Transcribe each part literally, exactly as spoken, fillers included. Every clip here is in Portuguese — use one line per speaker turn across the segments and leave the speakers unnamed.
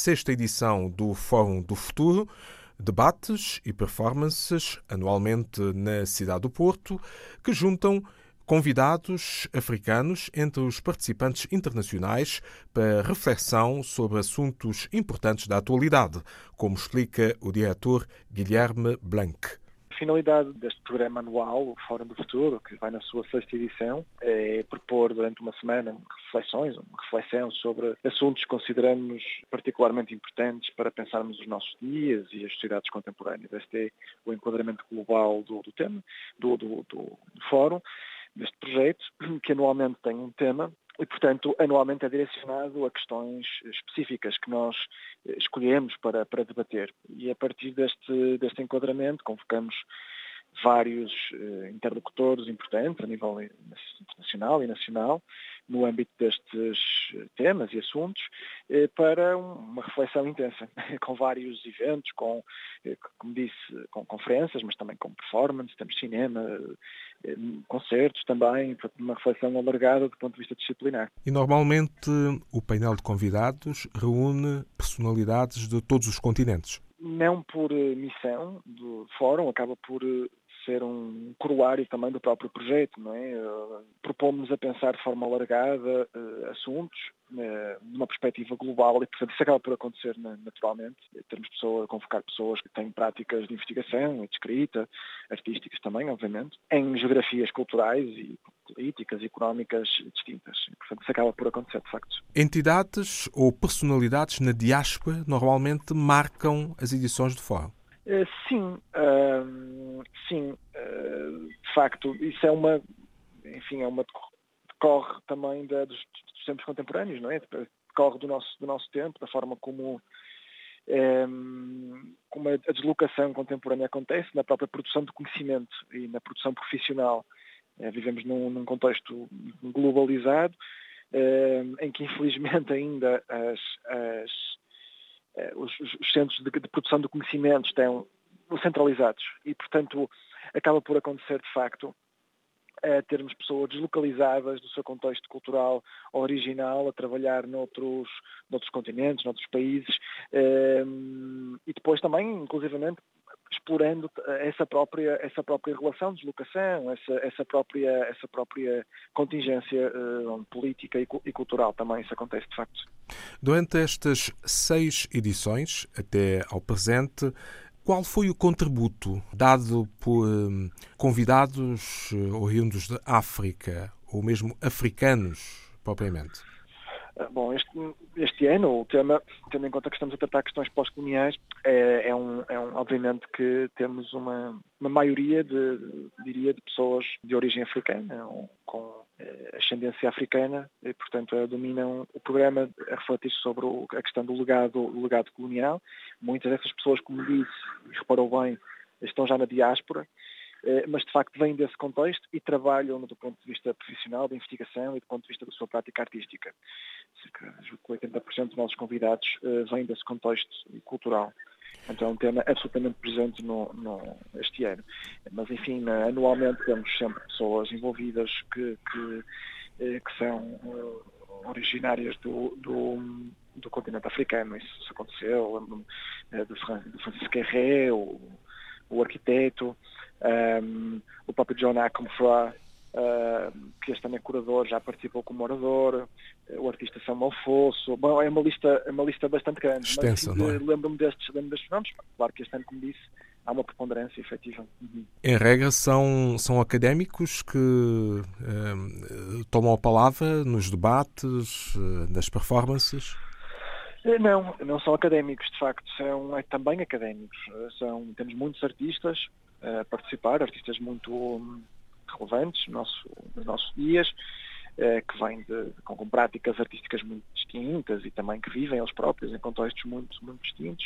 sexta edição do Fórum do Futuro, debates e performances anualmente na cidade do Porto, que juntam convidados africanos entre os participantes internacionais para reflexão sobre assuntos importantes da atualidade, como explica o diretor Guilherme Blanc.
A finalidade deste programa anual, o Fórum do Futuro, que vai na sua sexta edição, é propor durante uma semana reflexões, uma reflexão sobre assuntos que consideramos particularmente importantes para pensarmos os nossos dias e as sociedades contemporâneas. Este é o enquadramento global do, do tema, do, do, do, do Fórum, deste projeto, que anualmente tem um tema e, portanto, anualmente é direcionado a questões específicas que nós escolhemos para, para debater. E a partir deste, deste enquadramento convocamos vários eh, interlocutores importantes a nível internacional e nacional no âmbito destes temas e assuntos eh, para uma reflexão intensa, com vários eventos, com, eh, como disse, com conferências, mas também com performance, temos cinema, eh, concertos também, uma reflexão alargada do ponto de vista disciplinar.
E normalmente o painel de convidados reúne personalidades de todos os continentes?
Não por missão do fórum, acaba por ser um corolário também do próprio projeto, não é? Propomos a pensar de forma alargada uh, assuntos uh, numa perspectiva global e, portanto, isso acaba por acontecer naturalmente. Temos pessoas, convocar pessoas que têm práticas de investigação, de escrita, artísticas também, obviamente, em geografias culturais e políticas e económicas distintas. E, portanto, isso acaba por acontecer, de facto.
Entidades ou personalidades na diáspora normalmente marcam as edições do Fórum?
Uh, sim, uh, sim, uh, de facto, isso é uma, enfim, é uma decorre também da, dos, dos tempos contemporâneos, não é? Decorre do nosso, do nosso tempo, da forma como, um, como a deslocação contemporânea acontece na própria produção de conhecimento e na produção profissional. Uh, vivemos num, num contexto globalizado, uh, em que infelizmente ainda as, as Os, os centros de, de produção de conhecimento estão centralizados e, portanto, acaba por acontecer, de facto, a termos pessoas deslocalizadas do seu contexto cultural original a trabalhar noutros, noutros continentes, noutros países um, e depois também, inclusivamente, explorando essa própria, essa própria relação de deslocação, essa, essa, própria, essa própria contingência uh, política e, e cultural também, isso acontece de facto.
Durante estas seis edições, até ao presente, qual foi o contributo dado por um, convidados oriundos de África, ou mesmo africanos, propriamente?
Bom, este, este ano, o tema, tendo em conta que estamos a tratar questões pós-coloniais, é, é, um, é um, obviamente que temos uma, uma maioria, de, diria, de pessoas de origem africana, ou com eh, ascendência africana, e, portanto, dominam o programa a refletir sobre o, a questão do legado, o legado colonial. Muitas dessas pessoas, como disse, e reparou bem, estão já na diáspora, mas de facto vêm desse contexto e trabalham do ponto de vista profissional, de investigação e do ponto de vista da sua prática artística. Cerca de oitenta por cento dos nossos convidados vêm desse contexto cultural. Então é um tema absolutamente presente no, no, este ano. Mas, enfim, anualmente temos sempre pessoas envolvidas que, que, que são originárias do, do, do continente africano. Isso, isso aconteceu. Lembro-me de Francisco Herré, o, o arquiteto, um, o próprio John Akomfra, uh, que este também é curador, já participou como orador, o artista Samuel Fosso. Bom, é uma lista, é uma lista bastante grande.
Extensa,
mas
não é?
lembro-me destes, lembro-me destes nomes. Claro que este ano, como disse, há uma preponderância efetiva. Uhum.
Em regra, são, são académicos que um, tomam a palavra nos debates, nas performances?
Não, não são académicos, de facto, são é, também académicos. São, temos muitos artistas a participar, artistas muito um, relevantes no nosso, nos nossos dias, uh, que vêm de, com, com práticas artísticas muito distintas e também que vivem eles próprios em contextos muito, muito distintos.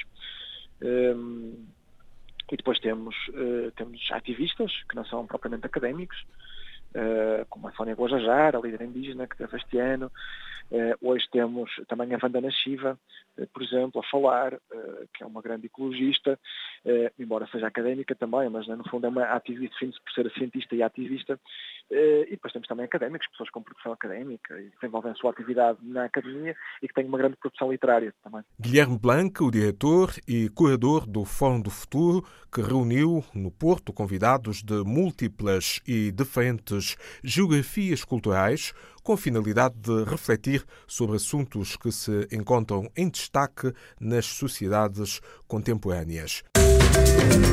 Um, e depois temos, uh, temos ativistas que não são propriamente académicos, uh, como a Sónia Guajajara, a líder indígena que teve este ano, Hoje temos também a Vandana Shiva, por exemplo, a falar, que é uma grande ecologista, embora seja académica também, mas no fundo é uma ativista, define-se por ser cientista e ativista. E depois temos também académicos, pessoas com produção académica e que desenvolvem a sua atividade na academia e que têm uma grande produção literária também.
Guilherme Blanc, o diretor e curador do Fórum do Futuro, que reuniu no Porto convidados de múltiplas e diferentes geografias culturais, com a finalidade de refletir sobre assuntos que se encontram em destaque nas sociedades contemporâneas.